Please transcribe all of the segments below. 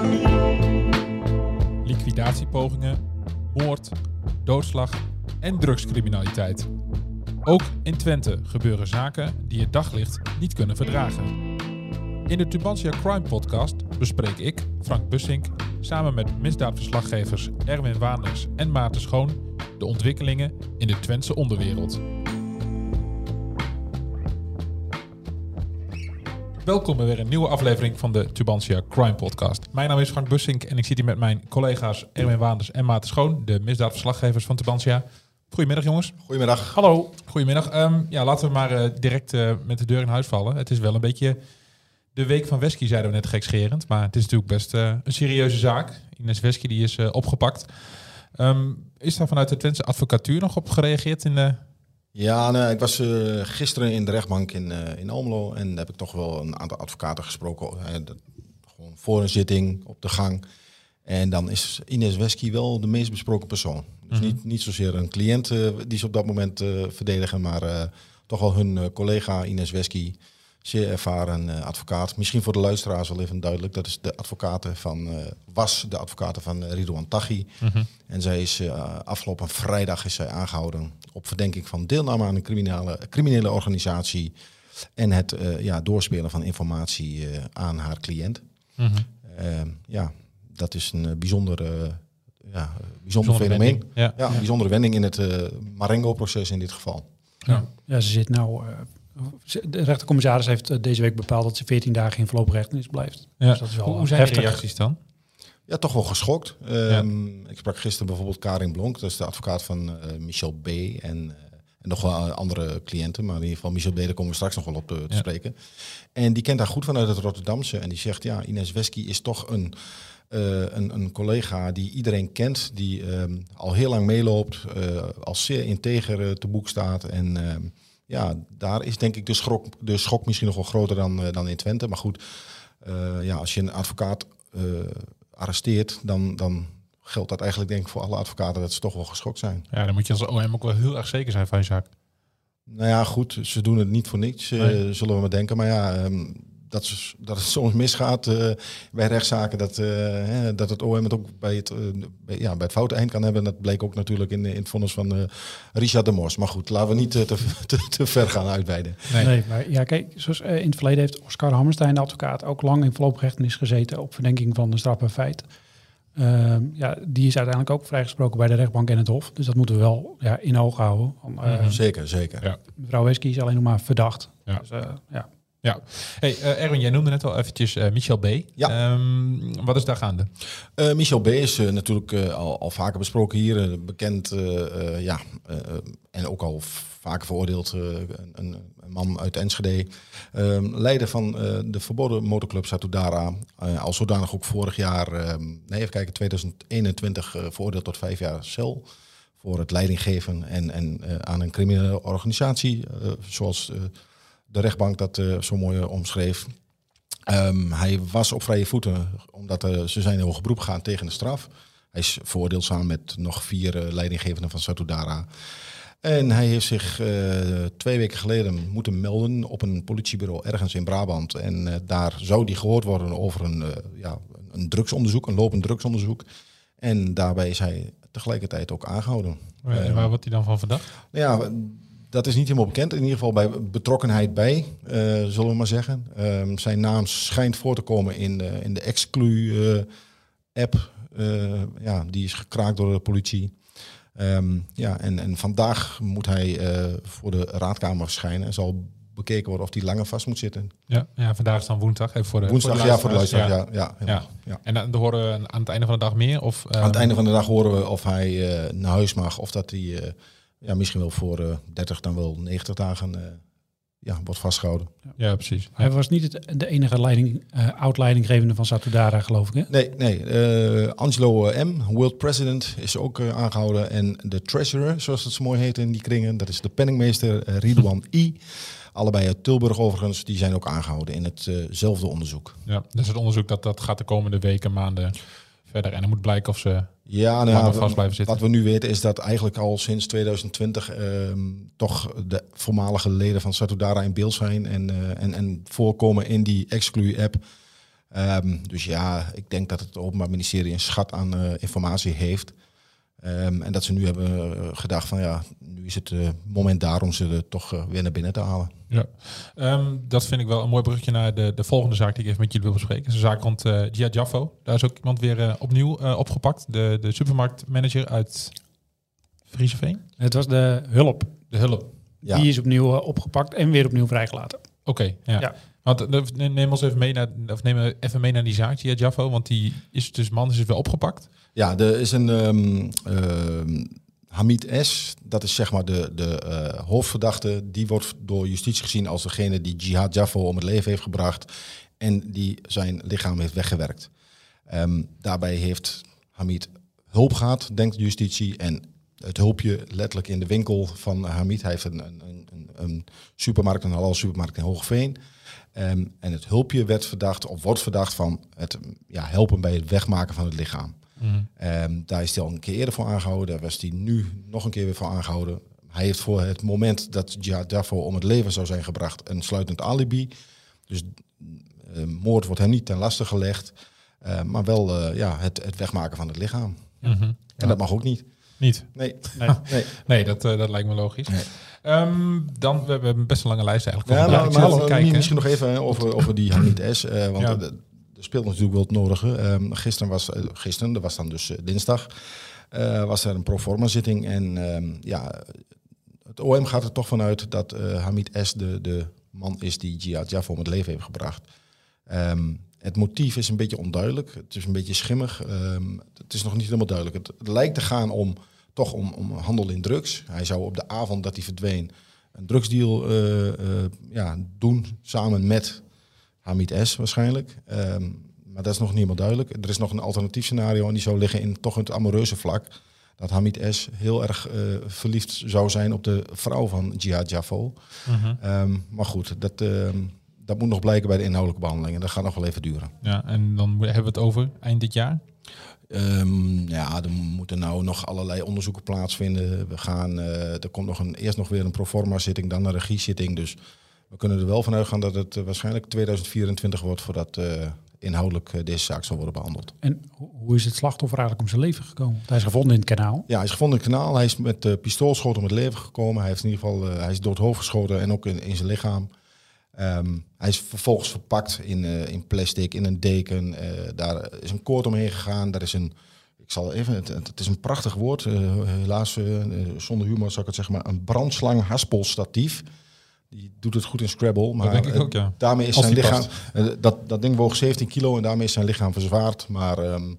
Liquidatiepogingen, moord, doodslag en drugscriminaliteit. Ook in Twente gebeuren zaken die het daglicht niet kunnen verdragen. In de Tubantia Crime Podcast bespreek ik, Frank Bussink, samen met misdaadverslaggevers Erwin Waanders en Maarten Schoon de ontwikkelingen in de Twentse onderwereld. Welkom bij weer een nieuwe aflevering van de Tubantia Crime Podcast. Mijn naam is Frank Bussink en ik zit hier met mijn collega's Erwin Waanders en Maarten Schoon, de misdaadverslaggevers van Tubantia. Goedemiddag jongens. Goedemiddag. Hallo. Goedemiddag. Laten we maar direct met de deur in huis vallen. Het is wel een beetje de week van Wesky, zeiden we net gekscherend. Maar het is natuurlijk best een serieuze zaak. Ines Wesky die is opgepakt. Is daar vanuit de Twentse advocatuur nog op gereageerd in de... Ja, ik was gisteren in de rechtbank in Almelo en daar heb ik toch wel een aantal advocaten gesproken. Gewoon voor een zitting op de gang. En dan is Ines Wesky wel de meest besproken persoon. Dus niet zozeer een cliënt die ze op dat moment verdedigen, maar toch wel hun collega Ines Wesky, zeer ervaren advocaat. Misschien voor de luisteraars wel even duidelijk. Dat is was de advocate van Ridouan Taghi. En zij is afgelopen vrijdag is zij aangehouden op verdenking van deelname aan een criminele organisatie en het doorspelen van informatie aan haar cliënt. Dat is een bijzonder fenomeen. Een bijzondere wending in het Marengo-proces in dit geval. Ja, ze zit nou... De rechtercommissaris heeft deze week bepaald dat ze 14 dagen in voorlopige hechtenis blijft. Ja. Dus dat is wel Hoe zijn de reacties dan? Ja, toch wel geschokt. Ik sprak gisteren bijvoorbeeld Karin Blonk, dat is de advocaat van Michel B. En nog wel andere cliënten, maar in ieder geval Michel B. daar komen we straks nog wel op te spreken. En die kent haar goed vanuit het Rotterdamse en die zegt, ja, Ines Wesky is toch een collega die iedereen kent, die al heel lang meeloopt, als zeer integer te boek staat en... daar is denk ik de schok misschien nog wel groter dan in Twente. Maar goed, als je een advocaat arresteert, dan geldt dat eigenlijk denk ik voor alle advocaten dat ze toch wel geschokt zijn. Ja, dan moet je als OM ook wel heel erg zeker zijn van je zaak. Nou ja, goed, ze doen het niet voor niets, zullen we maar denken. Maar dat het soms misgaat bij rechtszaken, dat het OM het ook bij het foute eind kan hebben. Dat bleek ook natuurlijk in het vonnis van Richard de Mos. Maar goed, laten we niet te ver gaan uitweiden. Nee, maar ja, kijk, zoals in het verleden heeft Oscar Hammerstein, de advocaat, ook lang in voorlopige hechtenis gezeten op verdenking van een strafbaar feit. Die is uiteindelijk ook vrijgesproken bij de rechtbank en het Hof. Dus dat moeten we wel in oog houden. Zeker. Ja. Mevrouw Wesky is alleen nog maar verdacht. Ja. Dus, Ja. Hey, Erwin, jij noemde net al eventjes Michel B. Ja. Wat is daar gaande? Michel B. is natuurlijk al vaker besproken hier. Bekend en ook al vaker veroordeeld. Een man uit Enschede. Leider van de verboden motorclub Satudara. Al zodanig ook vorig jaar, 2021, veroordeeld tot 5 jaar cel. Voor het leidinggeven en aan een criminele organisatie. Zoals... de rechtbank dat zo mooi omschreef. Hij was op vrije voeten omdat ze zijn in hoger beroep gegaan tegen de straf. Hij is veroordeeld samen met nog 4 leidinggevenden van Satudara. En hij heeft zich 2 weken geleden moeten melden op een politiebureau ergens in Brabant. En daar zou hij gehoord worden over een drugsonderzoek, een lopend drugsonderzoek. En daarbij is hij tegelijkertijd ook aangehouden. En waar wordt hij dan van verdacht? Dat is niet helemaal bekend. In ieder geval bij betrokkenheid bij, zullen we maar zeggen. Zijn naam schijnt voor te komen in de Exclu-app. Die is gekraakt door de politie. En vandaag moet hij voor de raadkamer verschijnen. En zal bekeken worden of hij langer vast moet zitten. Ja, vandaag is dan woensdag. Even voor de luisteraars. Ja. En dan horen we aan het einde van de dag meer? Of, aan het einde van de dag horen we of hij naar huis mag. Of dat hij... misschien wel voor 30 dan wel 90 dagen wordt vastgehouden. Ja, precies. Hij was niet de enige oud-leidinggevende van Satudara, geloof ik, hè? Nee. Angelo M., world president, is ook aangehouden. En de treasurer, zoals het zo mooi heet in die kringen, dat is de penningmeester Ridouan I. Allebei uit Tilburg overigens, die zijn ook aangehouden in hetzelfde onderzoek. Ja, dus het onderzoek dat gaat de komende weken, maanden verder. En dan moet blijken of ze vast blijven zitten. Wat we nu weten is dat eigenlijk al sinds 2020 toch de voormalige leden van Satudara in beeld zijn en voorkomen in die Exclu-app. Dus ja, ik denk dat het Openbaar Ministerie een schat aan informatie heeft. En dat ze nu hebben gedacht van ja, nu is het moment daar om ze er toch weer naar binnen te halen. Ja, dat vind ik wel een mooi bruggetje naar de volgende zaak die ik even met jullie wil bespreken. Dat is een zaak rond Jihad Jaffo. Daar is ook iemand weer opnieuw opgepakt. De supermarktmanager uit Frieseveen. Het was de hulp. De hulp. Ja. Die is opnieuw opgepakt en weer opnieuw vrijgelaten. Oké, ja. Want neem ons even mee naar die zaak, Jihad Jaffo. Want die is dus weer opgepakt. Ja, er is een Hamid S. Dat is zeg maar de hoofdverdachte. Die wordt door justitie gezien als degene die Jihad Jaffo om het leven heeft gebracht. En die zijn lichaam heeft weggewerkt. Daarbij heeft Hamid hulp gehad, denkt de justitie. En het hulpje letterlijk in de winkel van Hamid. Hij heeft een supermarkt, een halal supermarkt in Hoogeveen. En het hulpje wordt verdacht van het helpen bij het wegmaken van het lichaam. Daar is hij al een keer eerder voor aangehouden. Daar was hij nu nog een keer weer voor aangehouden. Hij heeft voor het moment dat Jihad Jaffo om het leven zou zijn gebracht een sluitend alibi. Dus moord wordt hem niet ten laste gelegd. Maar wel het wegmaken van het lichaam. Mm-hmm. En dat mag ook niet. Niet? Nee. Dat lijkt me logisch. Nee. Dan, we hebben best een lange lijst eigenlijk. Maar misschien nog even over die Hamid S. Want er speelt natuurlijk wel het nodige. Gisteren, dat was dan dus dinsdag, was er een proforma zitting. En het OM gaat er toch vanuit dat Hamid S. de man is die Jihad Jaffo om het leven heeft gebracht. Het motief is een beetje onduidelijk. Het is een beetje schimmig. Het is nog niet helemaal duidelijk. Het lijkt te gaan om handel in drugs. Hij zou op de avond dat hij verdween een drugsdeal doen samen met Hamid S. waarschijnlijk. Maar dat is nog niet helemaal duidelijk. Er is nog een alternatief scenario en die zou liggen in toch het amoureuze vlak. Dat Hamid S. heel erg verliefd zou zijn op de vrouw van Jihad Jaffo. Mm-hmm. Maar goed, dat moet nog blijken bij de inhoudelijke behandeling. En dat gaat nog wel even duren. Ja, en dan hebben we het over eind dit jaar? Er moeten nou nog allerlei onderzoeken plaatsvinden. Er komt eerst nog weer een proforma zitting, dan een regiezitting. Dus we kunnen er wel van uitgaan dat het waarschijnlijk 2024 wordt voordat inhoudelijk deze zaak zal worden behandeld. En hoe is het slachtoffer eigenlijk om zijn leven gekomen? Want hij is gevonden in het kanaal. Ja, hij is gevonden in het kanaal. Hij is met pistoolschoten om het leven gekomen. Hij heeft in ieder geval hij is door het hoofd geschoten en ook in zijn lichaam. Hij is vervolgens verpakt in plastic, in een deken. Daar is een koord omheen gegaan. Daar is het is een prachtig woord. Helaas, zonder humor zou ik het zeggen, maar een brandslang haspelstatief. Die doet het goed in Scrabble. Maar dat denk ik ook, ja. Daarmee is zijn lichaam... Dat ding woog 17 kilo en daarmee is zijn lichaam verzwaard. Maar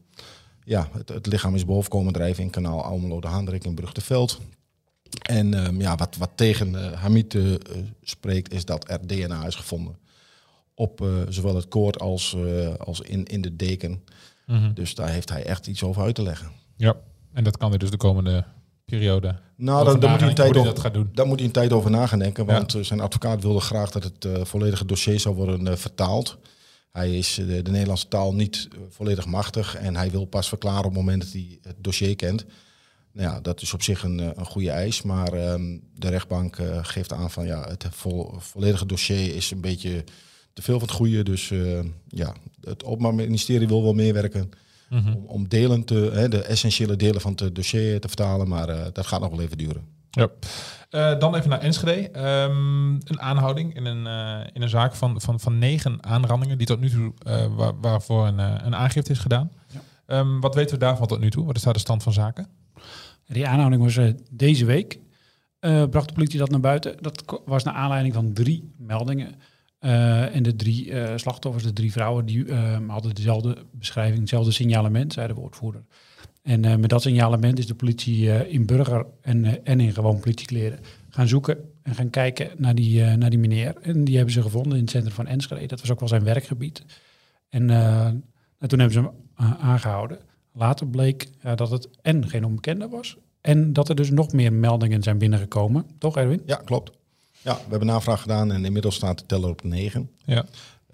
het lichaam is boven komen drijven in kanaal Almelo de Haandrik in Brugteveld. En wat tegen Hamid spreekt is dat er DNA is gevonden op zowel het koord als in de deken. Mm-hmm. Dus daar heeft hij echt iets over uit te leggen. Ja, en dat kan er dus de komende periode. Nou, daar moet hij een tijd over na gaan denken. Want Ja. Zijn advocaat wilde graag dat het volledige dossier zou worden vertaald. Hij is de Nederlandse taal niet volledig machtig. En hij wil pas verklaren op het moment dat hij het dossier kent. Nou ja, dat is op zich een goede eis. Maar de rechtbank geeft aan van ja, het volledige dossier is een beetje te veel van het goede. Dus het Openbaar Ministerie wil wel meewerken. Mm-hmm. Om delen de essentiële delen van het dossier te vertalen. Maar dat gaat nog wel even duren. Ja. Dan even naar Enschede. Een aanhouding in een zaak van 9 aanrandingen die tot nu toe waarvoor een aangifte is gedaan. Ja. Wat weten we daarvan tot nu toe? Wat is daar de stand van zaken? Die aanhouding was deze week. Bracht de politie dat naar buiten. Dat was naar aanleiding van 3 meldingen. En de 3 slachtoffers, de 3 vrouwen, die hadden dezelfde beschrijving, hetzelfde signalement, zei de woordvoerder. En met dat signalement is de politie in burger en in gewoon politiekleren gaan zoeken en gaan kijken naar die meneer. En die hebben ze gevonden in het centrum van Enschede. Dat was ook wel zijn werkgebied. En toen hebben ze hem aangehouden. Later bleek dat het en geen onbekende was en dat er dus nog meer meldingen zijn binnengekomen. Toch, Erwin? Ja, klopt. Ja, we hebben navraag gedaan en inmiddels staat de teller op 9. Ja.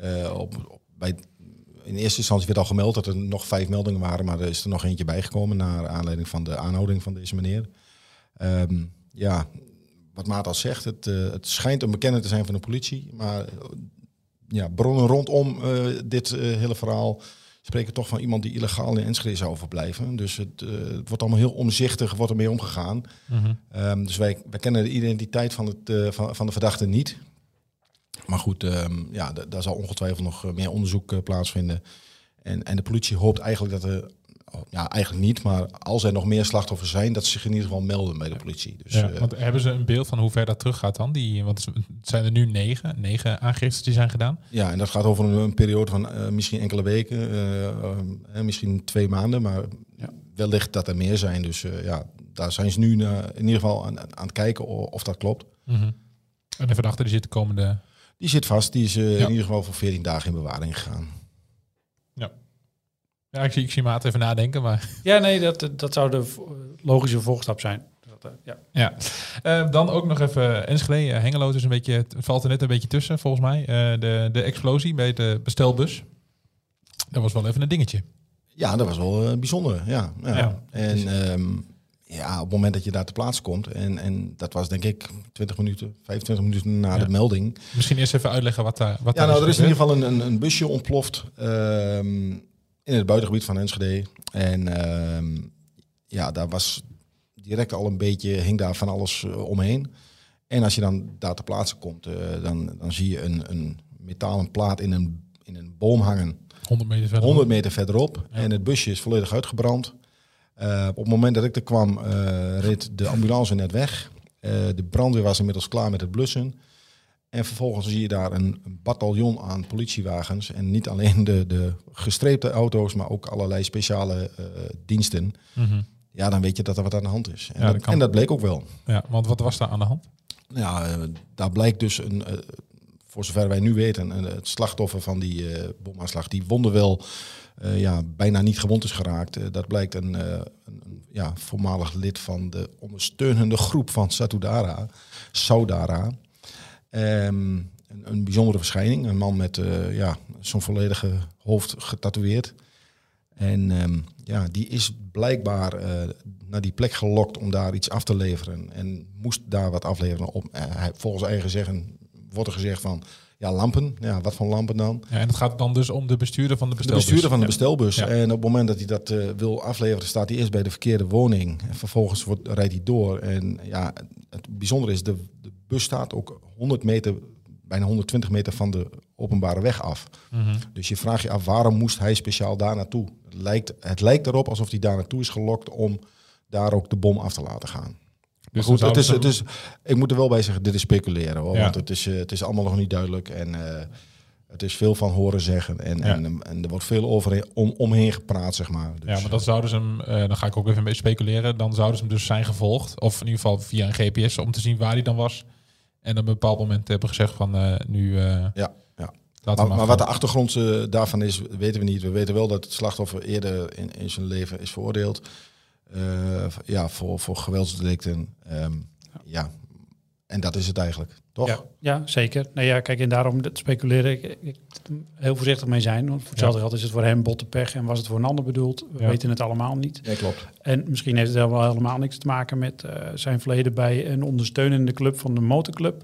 In eerste instantie werd al gemeld dat er nog 5 meldingen waren, maar er is er nog eentje bijgekomen naar aanleiding van de aanhouding van deze meneer. Wat Maat al zegt, het schijnt een bekende te zijn van de politie, maar bronnen rondom dit hele verhaal spreken toch van iemand die illegaal in Enschede zou verblijven. Dus het wordt allemaal heel omzichtig, wordt ermee omgegaan. Mm-hmm. Dus wij kennen de identiteit van de verdachte niet. Maar goed, daar zal ongetwijfeld nog meer onderzoek plaatsvinden. En de politie hoopt eigenlijk dat er... Ja, eigenlijk niet, maar als er nog meer slachtoffers zijn, dat ze zich in ieder geval melden bij de politie. Dus, want hebben ze een beeld van hoe ver dat terug gaat dan? Want het zijn er nu 9 aangiftes die zijn gedaan? Ja, en dat gaat over een periode van misschien enkele weken, misschien 2 maanden, maar wellicht dat er meer zijn. Dus daar zijn ze nu in ieder geval aan het kijken of dat klopt. Mm-hmm. En de verdachte die zit de komende... Die zit vast, die is in ieder geval voor 14 dagen in bewaring gegaan. Ja. Ja, ik zie Maat even nadenken, maar... Ja, nee, dat zou de logische volgstap zijn. Dan ook nog even Enschede. Hengelo is valt er net een beetje tussen, volgens mij. De explosie bij de bestelbus. Dat was wel even een dingetje. Ja, dat was wel bijzonder, ja. En op het moment dat je daar te plaatse komt... en dat was denk ik 25 minuten na de melding... Misschien eerst even uitleggen wat daar er is in ieder geval een busje ontploft... in het buitengebied van Enschede. En daar was direct al een beetje, hing daar van alles omheen. En als je dan daar ter plaatse komt, dan zie je een metalen plaat in een boom hangen. 100 meter verderop. Ja. En het busje is volledig uitgebrand. Op het moment dat ik er kwam, reed de ambulance net weg. De brandweer was inmiddels klaar met het blussen. En vervolgens zie je daar een bataljon aan politiewagens. En niet alleen de gestreepte auto's, maar ook allerlei speciale diensten. Mm-hmm. Ja, dan weet je dat er wat aan de hand is. En dat bleek ook wel. Ja, want wat was daar aan de hand? Ja, daar blijkt dus voor zover wij nu weten, het slachtoffer van die bomaanslag, die wonde wel bijna niet gewond is geraakt. Dat blijkt een voormalig lid van de ondersteunende groep van Saudara. Een bijzondere verschijning. Een man met zo'n volledige hoofd getatoeëerd. En die is blijkbaar naar die plek gelokt om daar iets af te leveren. En moest daar wat afleveren. Volgens eigen zeggen wordt er gezegd van... Ja, lampen. Ja, wat voor lampen dan? Ja, en het gaat dan dus om de bestuurder van de bestelbus. De bestuurder van de bestelbus. Ja. En op het moment dat hij dat wil afleveren... staat hij eerst bij de verkeerde woning. En vervolgens rijdt hij door. En ja, het bijzondere is... de bus staat ook 100 meter... bijna 120 meter van de openbare weg af. Mm-hmm. Dus je vraagt je af, waarom moest hij speciaal daar naartoe? Het lijkt erop alsof hij daar naartoe is gelokt... om daar ook de bom af te laten gaan. Dus goed, het is, ik moet er wel bij zeggen, dit is speculeren. Hoor, want het is allemaal nog niet duidelijk. En het is veel van horen zeggen. En er wordt veel omheen gepraat, zeg maar. Dus, ja, maar dat zouden ze hem, dan ga ik ook even mee speculeren. Dan zouden ze hem dus zijn gevolgd. Of in ieder geval via een GPS, om te zien waar hij dan was. En op een bepaald moment hebben gezegd van nu... Maar wat de achtergrond daarvan is, weten we niet. We weten wel dat het slachtoffer eerder in zijn leven is veroordeeld. Voor geweldsdelicten. En dat is het eigenlijk, toch? Ja, zeker. Kijk, en daarom dat speculeren, ik heel voorzichtig mee zijn. Want voor hetzelfde geld is het voor hem botte pech en was het voor een ander bedoeld. We weten het allemaal niet. Ja, klopt. En misschien heeft het wel helemaal niks te maken met zijn verleden bij een ondersteunende club van de motorclub.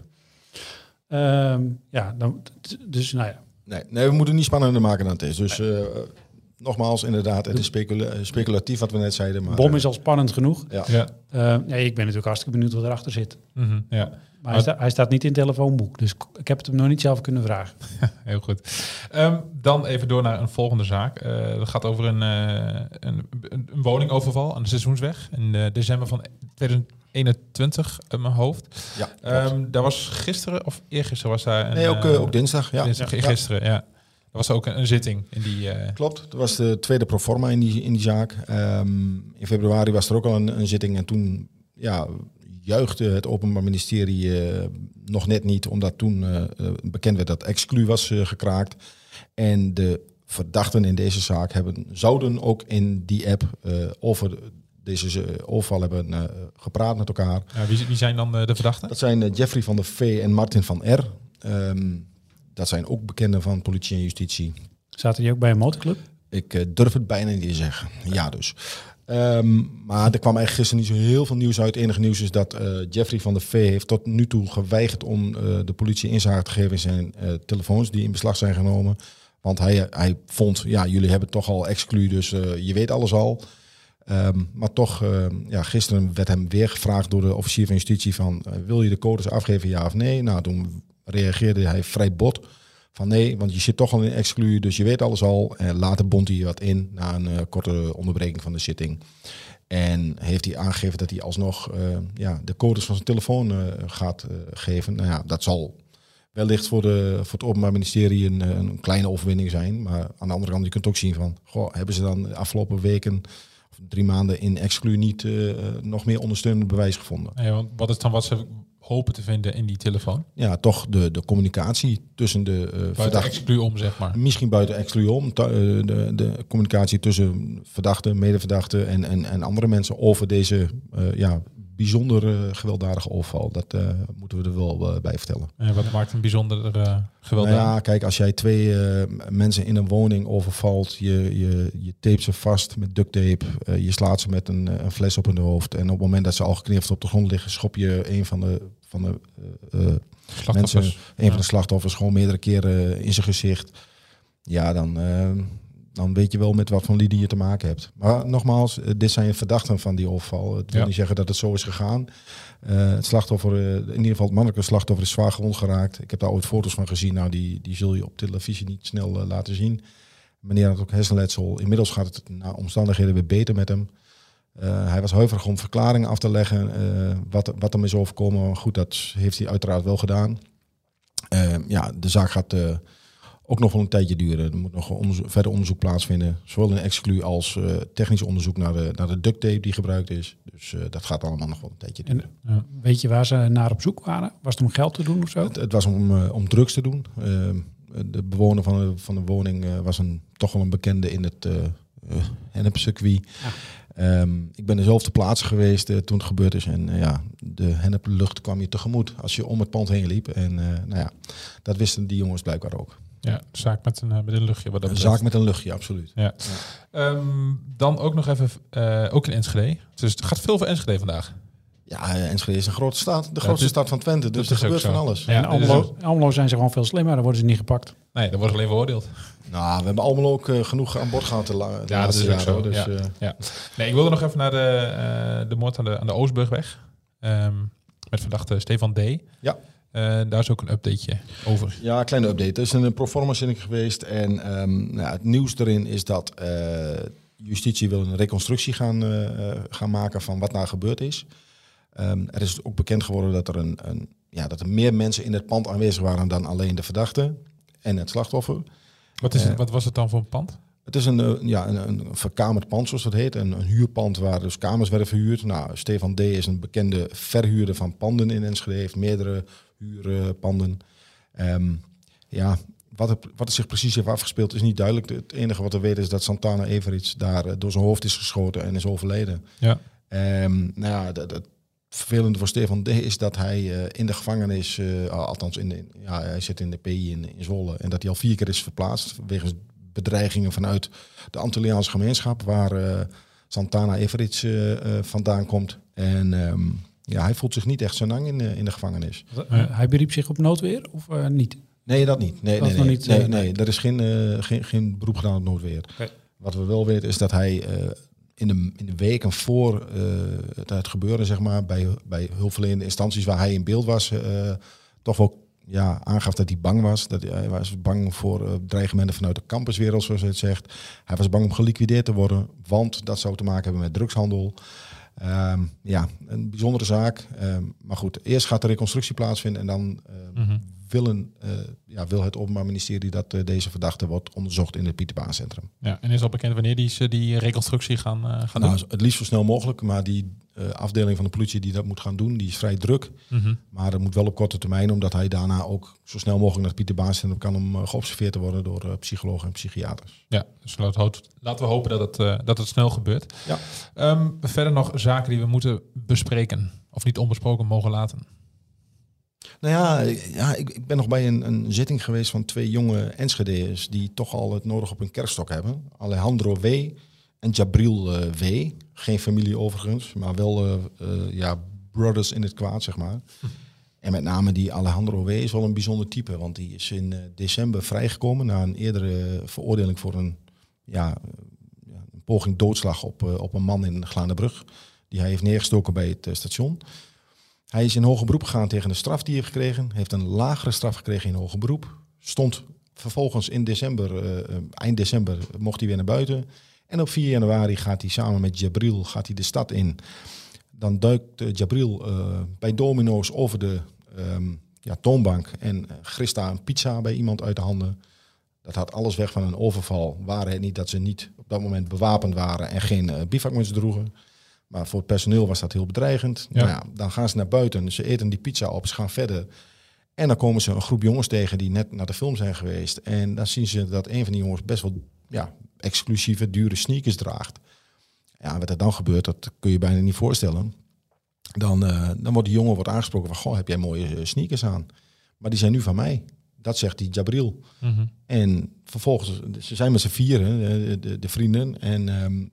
Nee, we moeten niet spannender maken dan het is. Dus nogmaals, inderdaad, het is speculatief wat we net zeiden. Maar, bom is al spannend genoeg. Ja. Ik ben natuurlijk hartstikke benieuwd wat erachter zit. Mm-hmm, ja. Maar hij staat niet in het telefoonboek, dus ik heb het hem nog niet zelf kunnen vragen. Heel goed. Dan even door naar een volgende zaak. Dat gaat over een woningoverval aan de Seizoensweg in december van 2021 in mijn hoofd. Ja, daar was gisteren of eergisteren was daar... ook dinsdag. Ja. Gisteren, ja. Er was ook een zitting in die... Klopt, dat was de tweede proforma in die zaak. In februari was er ook al een zitting en toen juichte het Openbaar Ministerie nog net niet, omdat toen bekend werd dat exclu was gekraakt. En de verdachten in deze zaak zouden ook in die app over deze overval hebben gepraat met elkaar. Ja, wie zijn dan de verdachten? Dat zijn Jeffrey van der V en Martin van R. Dat zijn ook bekenden van politie en justitie. Zaten die ook bij een motorclub? Ik durf het bijna niet te zeggen. Ja, dus. Maar er kwam eigenlijk gisteren niet zo heel veel nieuws uit. Het enige nieuws is dat Jeffrey van der Vee heeft tot nu toe geweigerd om de politie inzage te geven in zijn telefoons die in beslag zijn genomen. Want hij vond, jullie hebben toch al exclu, dus je weet alles al. Maar toch, gisteren werd hem weer gevraagd door de officier van justitie van, wil je de codes afgeven, ja of nee? Nou, toen reageerde hij vrij bot van nee, want je zit toch al in exclu, dus je weet alles al. En later bond hij wat in na een korte onderbreking van de zitting. En heeft hij aangegeven dat hij alsnog de codes van zijn telefoon gaat geven. Nou ja, dat zal wellicht voor het Openbaar Ministerie een kleine overwinning zijn. Maar aan de andere kant, je kunt ook zien van, hebben ze dan de afgelopen weken of 3 maanden in exclu niet nog meer ondersteunend bewijs gevonden? Ja, want wat is dan wat ze hopen te vinden in die telefoon? Ja, toch de communicatie tussen de buiten exclu om, zeg maar. Misschien buiten exclu om. De communicatie tussen verdachten, medeverdachten en andere mensen over deze bijzonder gewelddadige overval. Dat moeten we er wel bij vertellen. En wat maakt een bijzonder gewelddadig? Nou ja, kijk, als jij 2 mensen in een woning overvalt, je tapet ze vast met duct tape, je slaat ze met een fles op hun hoofd en op het moment dat ze al geknipt op de grond liggen, schop je een van de mensen, van de slachtoffers, gewoon meerdere keren in zijn gezicht. Ja, dan weet je wel met wat voor lieden je te maken hebt. Maar nogmaals, dit zijn verdachten van die overval. Het wil niet zeggen dat het zo is gegaan. Het slachtoffer, in ieder geval het mannelijke slachtoffer, is zwaar gewond geraakt. Ik heb daar ooit foto's van gezien. Nou, die zul je op televisie niet snel laten zien. Meneer had ook hersenletsel. Inmiddels gaat het naar omstandigheden weer beter met hem. Hij was huiverig om verklaringen af te leggen. Wat hem is overkomen. Maar goed, dat heeft hij uiteraard wel gedaan. De zaak gaat ook nog wel een tijdje duren. Er moet nog verder onderzoek plaatsvinden. Zowel in exclu als technisch onderzoek naar de duct tape die gebruikt is. Dus dat gaat allemaal nog wel een tijdje duren. En, weet je waar ze naar op zoek waren? Was het om geld te doen of zo? Het was om drugs te doen. De bewoner van de woning was toch wel een bekende in het hennepcircuit. Ik ben er zelf ter plaatse geweest toen het gebeurd is. En de henneplucht kwam je tegemoet als je om het pand heen liep. En dat wisten die jongens blijkbaar ook. Ja, zaak met een luchtje. Wat dat een zaak met een luchtje, absoluut. Ja. Dan ook nog even, ook in Enschede. Dus het gaat veel voor Enschede vandaag. Ja, Enschede is een grote stad. De grootste stad van Twente. Dus er gebeurt van alles. Ja, en Almelo zijn ze gewoon veel slimmer. Dan worden ze niet gepakt. Nee, dan worden ze alleen veroordeeld. Nou, we hebben Almelo ook genoeg aan boord gehad. Dat is ook zo. Dus, ja. Nee, ik wilde nog even naar de moord aan de Oostburgweg. Met verdachte Stefan D. Ja. Daar is ook een updateje over. Ja, een kleine update. Er is een proforma-zitting geweest. En het nieuws erin is dat justitie wil een reconstructie gaan maken van wat nou gebeurd is. Er is ook bekend geworden dat dat er meer mensen in het pand aanwezig waren dan alleen de verdachte en het slachtoffer. Wat was het dan voor een pand? Het is een verkamerd pand, zoals dat heet. Een huurpand waar dus kamers werden verhuurd. Nou, Stefan D. is een bekende verhuurder van panden in Enschede. Heeft meerdere huurpanden. Wat er zich precies heeft afgespeeld is niet duidelijk. Het enige wat we weten is dat Santana Everits daar door zijn hoofd is geschoten en is overleden. Ja. Het vervelende voor Stefan D. is dat hij in de gevangenis, althans hij zit in de PI in Zwolle, en dat hij al 4 keer is verplaatst wegens bedreigingen vanuit de Antilliaanse gemeenschap, waar Santana Everits vandaan komt. En hij voelt zich niet echt zo lang in de gevangenis. Hij beriep zich op noodweer of niet? Nee, dat niet. Nee. Er is geen beroep gedaan op noodweer. Okay. Wat we wel weten is dat hij in de weken voor het gebeuren, zeg maar, bij hulpverlenende instanties waar hij in beeld was, toch wel aangaf dat hij bang was. Hij was bang voor dreigementen vanuit de campuswereld, zoals hij het zegt. Hij was bang om geliquideerd te worden, want dat zou te maken hebben met drugshandel. Een bijzondere zaak. Maar goed, eerst gaat de reconstructie plaatsvinden en dan wil het Openbaar Ministerie dat deze verdachte wordt onderzocht in het Pieter Baan Centrum. Ja, en is al bekend wanneer die reconstructie gaan doen? Het liefst zo snel mogelijk, maar die afdeling van de politie die dat moet gaan doen, die is vrij druk. Maar dat moet wel op korte termijn, omdat hij daarna ook zo snel mogelijk naar het Pieter Baan Centrum kan om geobserveerd te worden door psychologen en psychiaters. Ja, dus laten we hopen dat het snel gebeurt. Ja. Verder nog zaken die we moeten bespreken of niet onbesproken mogen laten. Nou ja, ik ben nog bij een zitting geweest van 2 jonge Enschede'ers die toch al het nodig op hun kerststok hebben. Alejandro W. en Jabril W. Geen familie overigens, maar wel brothers in het kwaad, zeg maar. En met name die Alejandro W. is wel een bijzonder type, want die is in december vrijgekomen na een eerdere veroordeling voor een poging doodslag op een man in Glaanderbrug. Die hij heeft neergestoken bij het station. Hij is in hoger beroep gegaan tegen de straf die hij heeft gekregen. Heeft een lagere straf gekregen in hoger beroep. Stond vervolgens in december, eind december, mocht hij weer naar buiten. En op 4 januari gaat hij samen met Jabril de stad in. Dan duikt Jabril bij Domino's over de toonbank en grist daar een pizza bij iemand uit de handen. Dat had alles weg van een overval. Waren het niet dat ze niet op dat moment bewapend waren en geen bivakmuts droegen. Maar voor het personeel was dat heel bedreigend. Ja. Nou ja, dan gaan ze naar buiten, ze eten die pizza op, ze gaan verder. En dan komen ze een groep jongens tegen die net naar de film zijn geweest. En dan zien ze dat een van die jongens best wel exclusieve, dure sneakers draagt. Ja, wat er dan gebeurt, dat kun je bijna niet voorstellen. Dan wordt die jongen aangesproken van, goh, heb jij mooie sneakers aan? Maar die zijn nu van mij. Dat zegt die Jabril. Mm-hmm. En vervolgens, ze zijn met z'n 4, de vrienden. En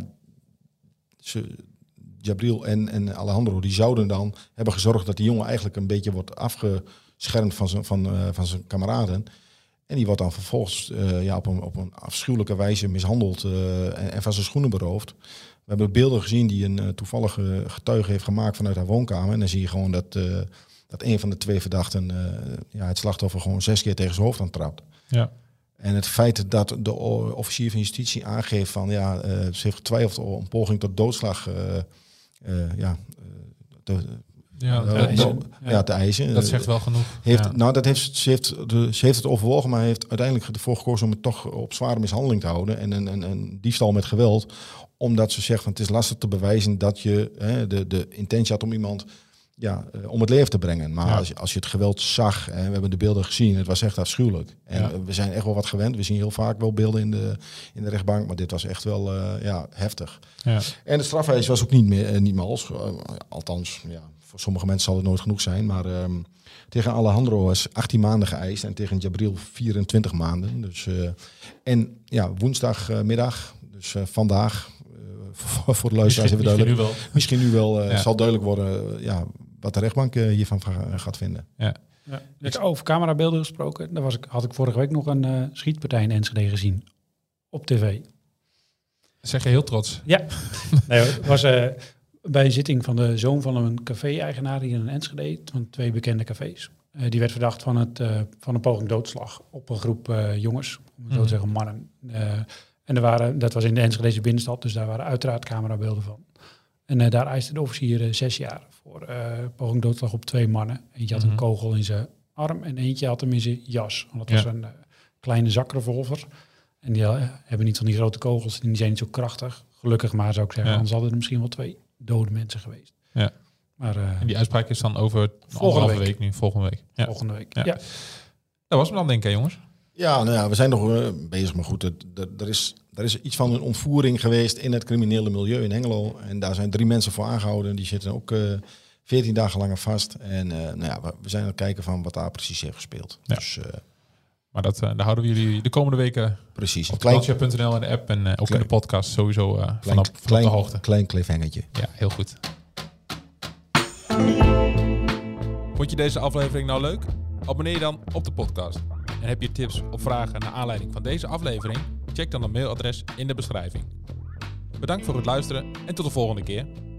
Jabril en Alejandro, die zouden dan hebben gezorgd dat die jongen eigenlijk een beetje wordt afgeschermd van zijn kameraden. En die wordt dan vervolgens op een afschuwelijke wijze mishandeld en van zijn schoenen beroofd. We hebben beelden gezien die een toevallige getuige heeft gemaakt vanuit haar woonkamer. En dan zie je gewoon dat een van de 2 verdachten het slachtoffer gewoon 6 keer tegen zijn hoofd aantrapt. Ja. En het feit dat de officier van justitie aangeeft van ze heeft getwijfeld om een poging tot doodslag te eisen. Dat zegt wel genoeg. Ze heeft het overwogen, maar heeft uiteindelijk ervoor gekozen om het toch op zware mishandeling te houden. En een diefstal met geweld. Omdat ze zegt van het is lastig te bewijzen dat je de intentie had om iemand om het leven te brengen. Maar als je het geweld zag, en we hebben de beelden gezien, het was echt afschuwelijk. En we zijn echt wel wat gewend. We zien heel vaak wel beelden in de rechtbank, maar dit was echt wel heftig. Ja. En de strafeis was ook niet mals. Althans, voor sommige mensen zal het nooit genoeg zijn. Maar tegen Alejandro is 18 maanden geëist en tegen Jabril 24 maanden. Dus, woensdagmiddag, dus vandaag, voor de luisteraars even duidelijk. Misschien nu wel zal duidelijk worden wat de rechtbank hiervan gaat vinden. Ja. Over camerabeelden gesproken, had ik vorige week nog een schietpartij in Enschede gezien. Op tv. Zeg je heel trots? Ja. Het was bij een zitting van de zoon van een café-eigenaar hier in Enschede, van 2 bekende cafés. Die werd verdacht van een poging doodslag op een groep jongens, om het zo te zeggen, mannen. En dat was in de Enschedese binnenstad, dus daar waren uiteraard camerabeelden van. En daar eiste de officier 6 jaar voor poging doodslag op 2 mannen. Eentje had een kogel in zijn arm en eentje had hem in zijn jas. Want dat was een kleine zakrevolver. En die hebben niet van die grote kogels, die zijn niet zo krachtig. Gelukkig maar, zou ik zeggen. Anders hadden er misschien wel 2 dode mensen geweest. Ja. Maar, en die uitspraak is dan over volgende week nu. Volgende week. Ja. Volgende week, ja. Dat was me dan, denk ik, jongens. Ja, we zijn nog bezig, maar goed, er is iets van een ontvoering geweest in het criminele milieu in Hengelo. En daar zijn 3 mensen voor aangehouden. Die zitten ook 14 dagen langer vast. En we zijn aan het kijken van wat daar precies heeft gespeeld. Ja. Dus, maar daar houden we jullie de komende weken precies. Op Tubantia.nl en de app en ook in de podcast sowieso vanaf de hoogte. Klein cliffhangertje. Ja, heel goed. Vond je deze aflevering nou leuk? Abonneer je dan op de podcast. En heb je tips of vragen naar aanleiding van deze aflevering? Check dan het mailadres in de beschrijving. Bedankt voor het luisteren en tot de volgende keer.